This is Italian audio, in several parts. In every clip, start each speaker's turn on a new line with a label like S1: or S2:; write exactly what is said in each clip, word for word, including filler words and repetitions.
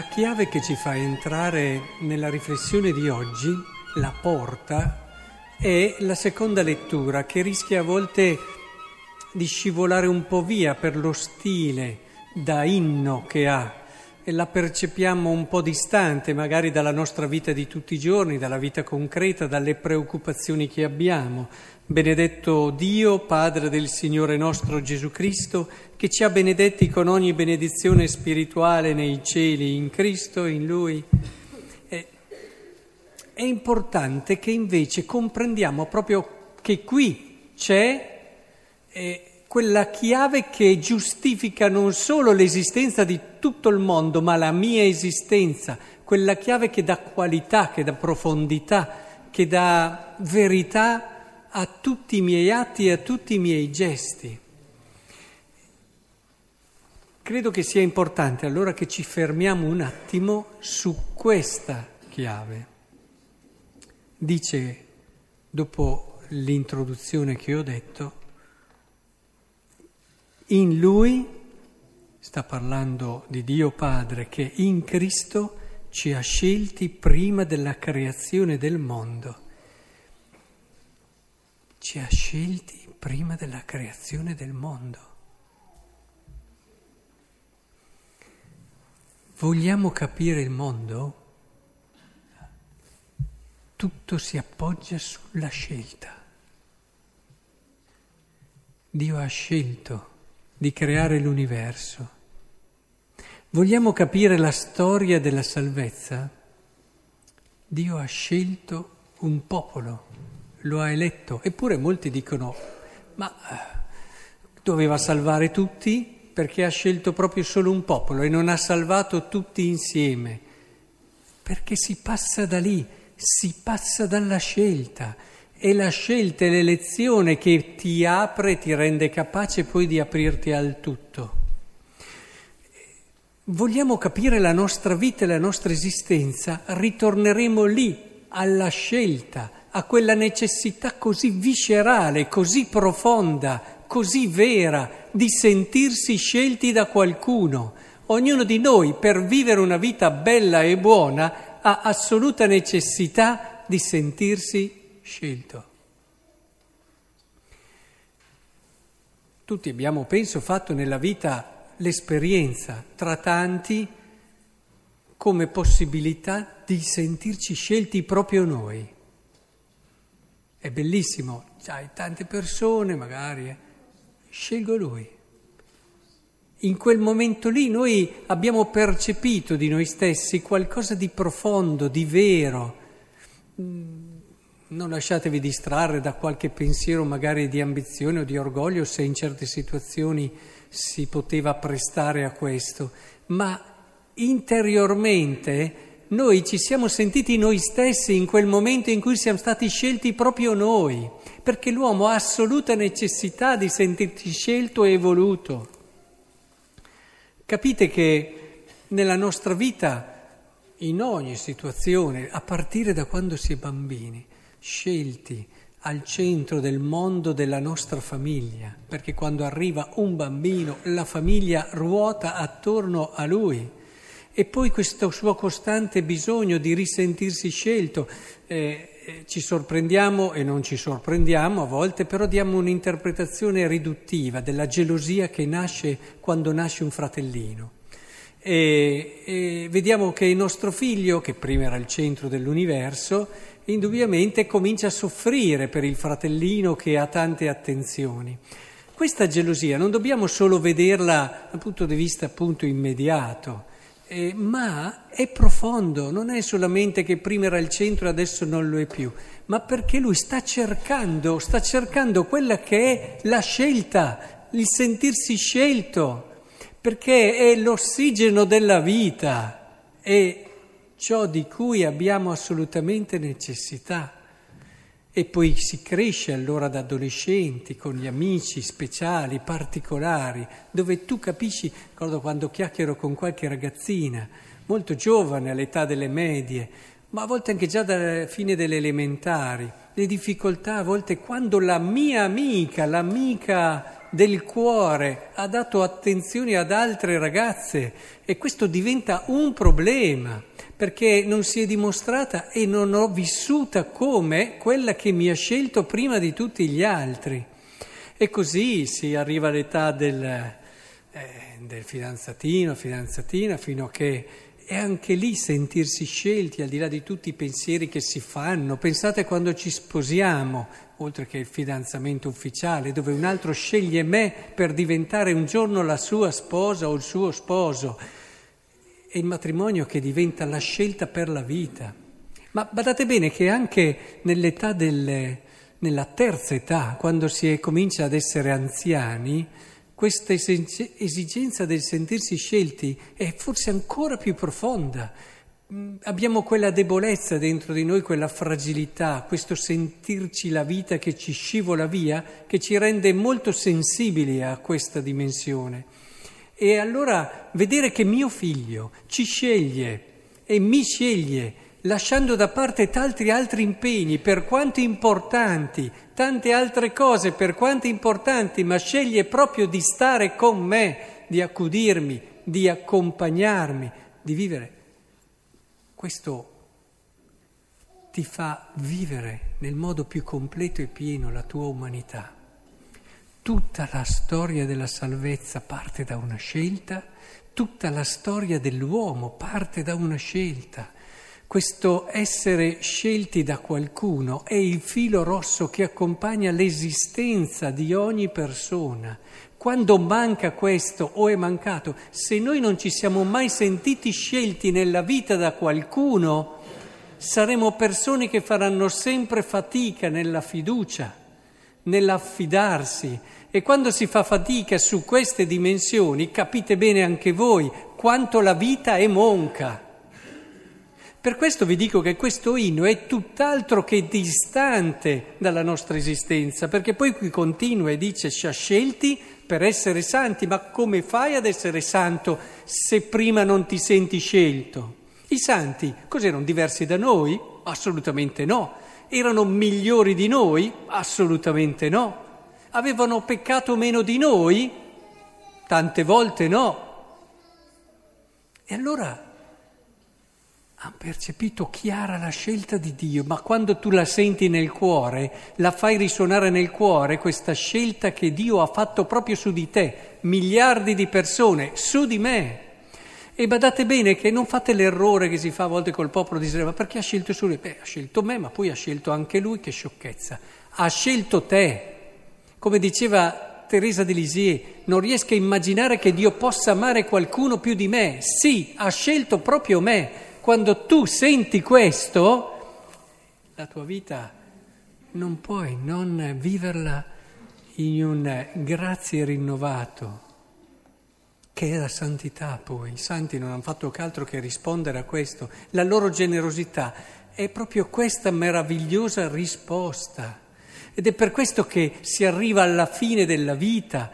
S1: La chiave che ci fa entrare nella riflessione di oggi, la porta, è la seconda lettura, che rischia a volte di scivolare un po' via per lo stile da inno che ha, e la percepiamo un po' distante magari dalla nostra vita di tutti i giorni, dalla vita concreta, dalle preoccupazioni che abbiamo. Benedetto Dio, Padre del Signore nostro Gesù Cristo, che ci ha benedetti con ogni benedizione spirituale nei cieli, in Cristo, in Lui. È, è importante che invece comprendiamo proprio che qui c'è eh, quella chiave che giustifica non solo l'esistenza di tutto il mondo, ma la mia esistenza, quella chiave che dà qualità, che dà profondità, che dà verità a tutti i miei atti e a tutti i miei gesti. Credo che sia importante allora che ci fermiamo un attimo su questa chiave. Dice, dopo l'introduzione che ho detto, in Lui, sta parlando di Dio Padre, che in Cristo ci ha scelti prima della creazione del mondo. Ci ha scelti prima della creazione del mondo. Vogliamo capire il mondo? Tutto si appoggia sulla scelta. Dio ha scelto di creare l'universo. Vogliamo capire la storia della salvezza? Dio ha scelto un popolo, lo ha eletto, eppure molti dicono, ma doveva salvare tutti perché ha scelto proprio solo un popolo e non ha salvato tutti insieme, perché si passa da lì, si passa dalla scelta. È la scelta e l'elezione che ti apre, ti rende capace poi di aprirti al tutto. Vogliamo capire la nostra vita e la nostra esistenza, ritorneremo lì, alla scelta, a quella necessità così viscerale, così profonda, così vera, di sentirsi scelti da qualcuno. Ognuno di noi, per vivere una vita bella e buona, ha assoluta necessità di sentirsi scelto. Tutti abbiamo, penso, fatto nella vita l'esperienza, tra tanti, come possibilità di sentirci scelti proprio noi. È bellissimo, c'hai tante persone, magari, eh. Scelgo lui. In quel momento lì noi abbiamo percepito di noi stessi qualcosa di profondo, di vero. Non lasciatevi distrarre da qualche pensiero magari di ambizione o di orgoglio, se in certe situazioni si poteva prestare a questo, ma interiormente noi ci siamo sentiti noi stessi in quel momento in cui siamo stati scelti proprio noi, perché l'uomo ha assoluta necessità di sentirsi scelto e voluto. Capite che nella nostra vita, in ogni situazione, a partire da quando si è bambini, scelti al centro del mondo della nostra famiglia, perché quando arriva un bambino la famiglia ruota attorno a lui, e poi questo suo costante bisogno di risentirsi scelto. Eh, eh, ci sorprendiamo e non ci sorprendiamo a volte, però diamo un'interpretazione riduttiva della gelosia che nasce quando nasce un fratellino. E, e vediamo che il nostro figlio, che prima era il centro dell'universo, indubbiamente comincia a soffrire per il fratellino che ha tante attenzioni. Questa gelosia non dobbiamo solo vederla dal punto di vista appunto immediato, eh, ma è profondo, non è solamente che prima era il centro e adesso non lo è più, ma perché lui sta cercando, sta cercando quella che è la scelta, il sentirsi scelto, perché è l'ossigeno della vita, è ciò di cui abbiamo assolutamente necessità. E poi si cresce allora da adolescenti, con gli amici speciali, particolari, dove tu capisci, ricordo quando chiacchiero con qualche ragazzina, molto giovane, all'età delle medie, ma a volte anche già dalla fine delle elementari, le difficoltà a volte quando la mia amica, l'amica del cuore ha dato attenzione ad altre ragazze e questo diventa un problema perché non si è dimostrata e non ho vissuta come quella che mi ha scelto prima di tutti gli altri. E così si arriva all'età del, eh, del fidanzatino, fidanzatina, fino a che è anche lì sentirsi scelti, al di là di tutti i pensieri che si fanno. Pensate quando ci sposiamo, oltre che il fidanzamento ufficiale, dove un altro sceglie me per diventare un giorno la sua sposa o il suo sposo. È il matrimonio che diventa la scelta per la vita. Ma badate bene che anche nell'età delle, nella terza età, quando si è, comincia ad essere anziani, questa esigenza del sentirsi scelti è forse ancora più profonda. Abbiamo quella debolezza dentro di noi, quella fragilità, questo sentirci la vita che ci scivola via, che ci rende molto sensibili a questa dimensione. E allora vedere che mio figlio ci sceglie e mi sceglie, lasciando da parte tanti altri impegni, per quanto importanti, tante altre cose, per quanto importanti, ma sceglie proprio di stare con me, di accudirmi, di accompagnarmi, di vivere. Questo ti fa vivere nel modo più completo e pieno la tua umanità. Tutta la storia della salvezza parte da una scelta, tutta la storia dell'uomo parte da una scelta. Questo essere scelti da qualcuno è il filo rosso che accompagna l'esistenza di ogni persona. Quando manca questo o è mancato, se noi non ci siamo mai sentiti scelti nella vita da qualcuno, saremo persone che faranno sempre fatica nella fiducia, nell'affidarsi. E quando si fa fatica su queste dimensioni, capite bene anche voi quanto la vita è monca. Per questo vi dico che questo inno è tutt'altro che distante dalla nostra esistenza, perché poi qui continua e dice: ci ha scelti per essere santi. Ma come fai ad essere santo se prima non ti senti scelto? I santi cos'erano, diversi da noi? Assolutamente no. Erano migliori di noi? Assolutamente no. Avevano peccato meno di noi? Tante volte no. E allora hanno percepito chiara la scelta di Dio, ma quando tu la senti nel cuore, la fai risuonare nel cuore, questa scelta che Dio ha fatto proprio su di te, miliardi di persone, su di me. E badate bene che non fate l'errore che si fa a volte col popolo di Israele: ma perché ha scelto solo? Beh, ha scelto me, ma poi ha scelto anche lui, che sciocchezza. Ha scelto te. Come diceva Teresa di Lisieux, non riesco a immaginare che Dio possa amare qualcuno più di me. Sì, ha scelto proprio me. Quando tu senti questo, la tua vita non puoi non viverla in un grazie rinnovato, che è la santità poi. I santi non hanno fatto che altro che rispondere a questo. La loro generosità è proprio questa meravigliosa risposta. Ed è per questo che si arriva alla fine della vita,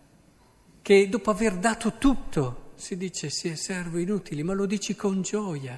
S1: che dopo aver dato tutto, si dice sì, è servo inutile, ma lo dici con gioia,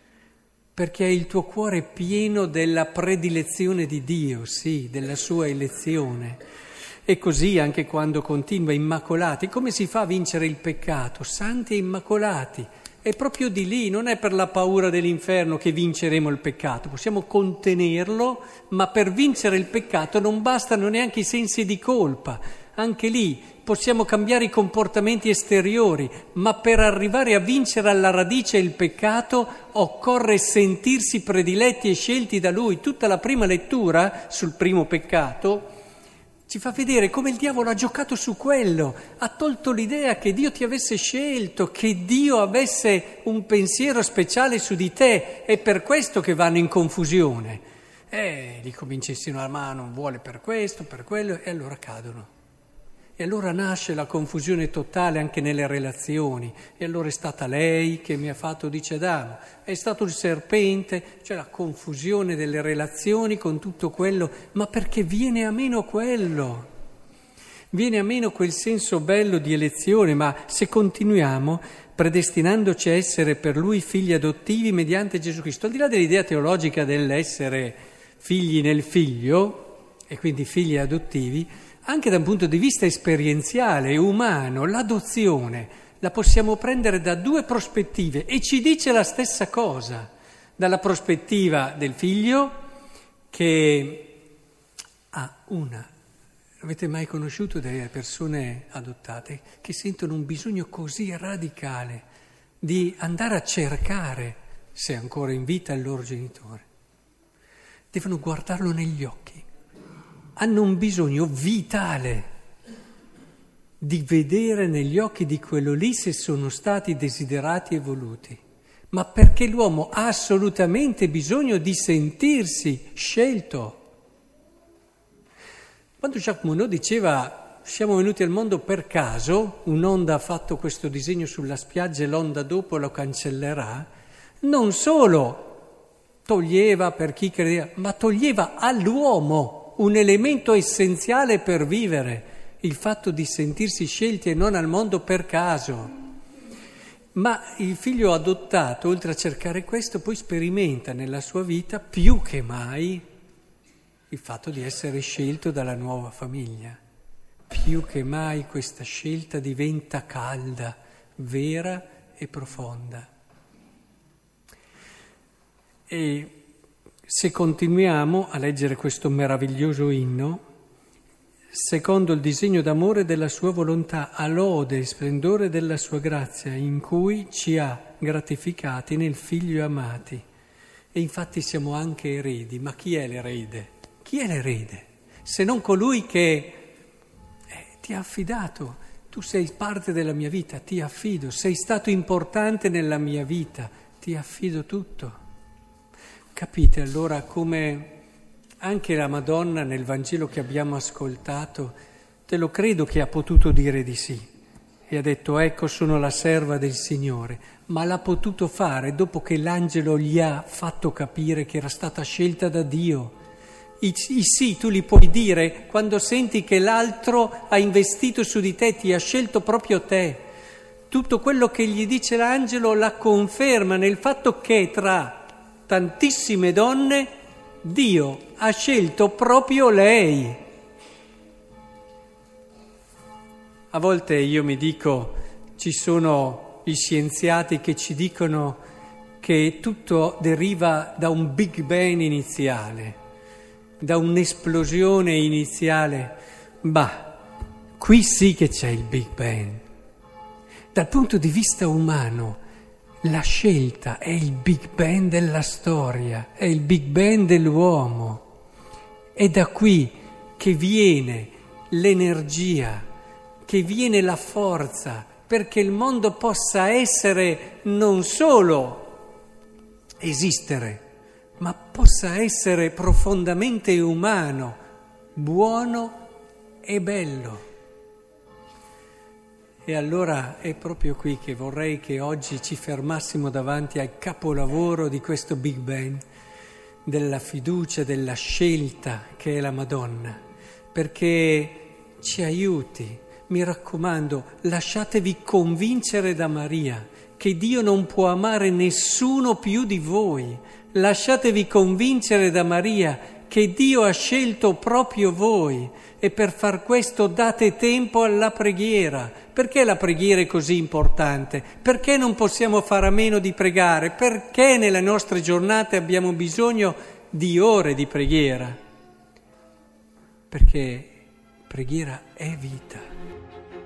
S1: perché il tuo cuore è pieno della predilezione di Dio, sì, della sua elezione. E così anche quando continua immacolati, come si fa a vincere il peccato? Santi e immacolati. È proprio di lì, non è per la paura dell'inferno che vinceremo il peccato, possiamo contenerlo, ma per vincere il peccato non bastano neanche i sensi di colpa. Anche lì possiamo cambiare i comportamenti esteriori, ma per arrivare a vincere alla radice il peccato occorre sentirsi prediletti e scelti da Lui. Tutta la prima lettura sul primo peccato ci fa vedere come il diavolo ha giocato su quello, ha tolto l'idea che Dio ti avesse scelto, che Dio avesse un pensiero speciale su di te. È per questo che vanno in confusione. E gli comincia a insinuare: ma non vuole per questo, per quello, e allora cadono. E allora nasce la confusione totale anche nelle relazioni. E allora è stata lei che mi ha fatto, dice Adamo, è stato il serpente, cioè la confusione delle relazioni con tutto quello, ma perché viene a meno quello, viene a meno quel senso bello di elezione. Ma se continuiamo predestinandoci a essere per Lui figli adottivi mediante Gesù Cristo, al di là dell'idea teologica dell'essere figli nel Figlio, e quindi figli adottivi, Anche da un punto di vista esperienziale, umano, l'adozione la possiamo prendere da due prospettive e ci dice la stessa cosa. Dalla prospettiva del figlio che ha una... Avete mai conosciuto delle persone adottate che sentono un bisogno così radicale di andare a cercare, se è ancora in vita, il loro genitore? Devono guardarlo negli occhi. Hanno un bisogno vitale di vedere negli occhi di quello lì se sono stati desiderati e voluti, ma perché l'uomo ha assolutamente bisogno di sentirsi scelto. Quando Jacques Monod diceva siamo venuti al mondo per caso, un'onda ha fatto questo disegno sulla spiaggia e l'onda dopo lo cancellerà, non solo toglieva per chi credeva, ma toglieva all'uomo un elemento essenziale per vivere, il fatto di sentirsi scelti e non al mondo per caso. Ma il figlio adottato, oltre a cercare questo, poi sperimenta nella sua vita più che mai il fatto di essere scelto dalla nuova famiglia. Più che mai questa scelta diventa calda, vera e profonda. E se continuiamo a leggere questo meraviglioso inno, secondo il disegno d'amore della sua volontà, a lode e splendore della sua grazia, in cui ci ha gratificati nel Figlio amati. E infatti siamo anche eredi. Ma chi è l'erede? Chi è l'erede? Se non colui che eh, ti ha affidato. Tu sei parte della mia vita, ti affido. Sei stato importante nella mia vita, ti affido tutto. Capite allora come... Anche la Madonna nel Vangelo che abbiamo ascoltato, te lo credo che ha potuto dire di sì. E ha detto, ecco sono la serva del Signore. Ma l'ha potuto fare dopo che l'angelo gli ha fatto capire che era stata scelta da Dio. I, i sì tu li puoi dire quando senti che l'altro ha investito su di te, ti ha scelto proprio te. Tutto quello che gli dice l'angelo la conferma nel fatto che tra tantissime donne Dio ha scelto proprio lei. A volte io mi dico, ci sono gli scienziati che ci dicono che tutto deriva da un Big Bang iniziale, da un'esplosione iniziale. Bah, qui sì che c'è il Big Bang. Dal punto di vista umano, la scelta è il Big Bang della storia, è il Big Bang dell'uomo. È da qui che viene l'energia, che viene la forza, perché il mondo possa essere non solo esistere, ma possa essere profondamente umano, buono e bello. E allora è proprio qui che vorrei che oggi ci fermassimo davanti al capolavoro di questo Big Bang, della fiducia, della scelta che è la Madonna, perché ci aiuti. Mi raccomando, lasciatevi convincere da Maria che Dio non può amare nessuno più di voi. Lasciatevi convincere da Maria che Dio ha scelto proprio voi e per far questo date tempo alla preghiera. Perché la preghiera è così importante? Perché non possiamo fare a meno di pregare? Perché nelle nostre giornate abbiamo bisogno di ore di preghiera? Perché preghiera è vita.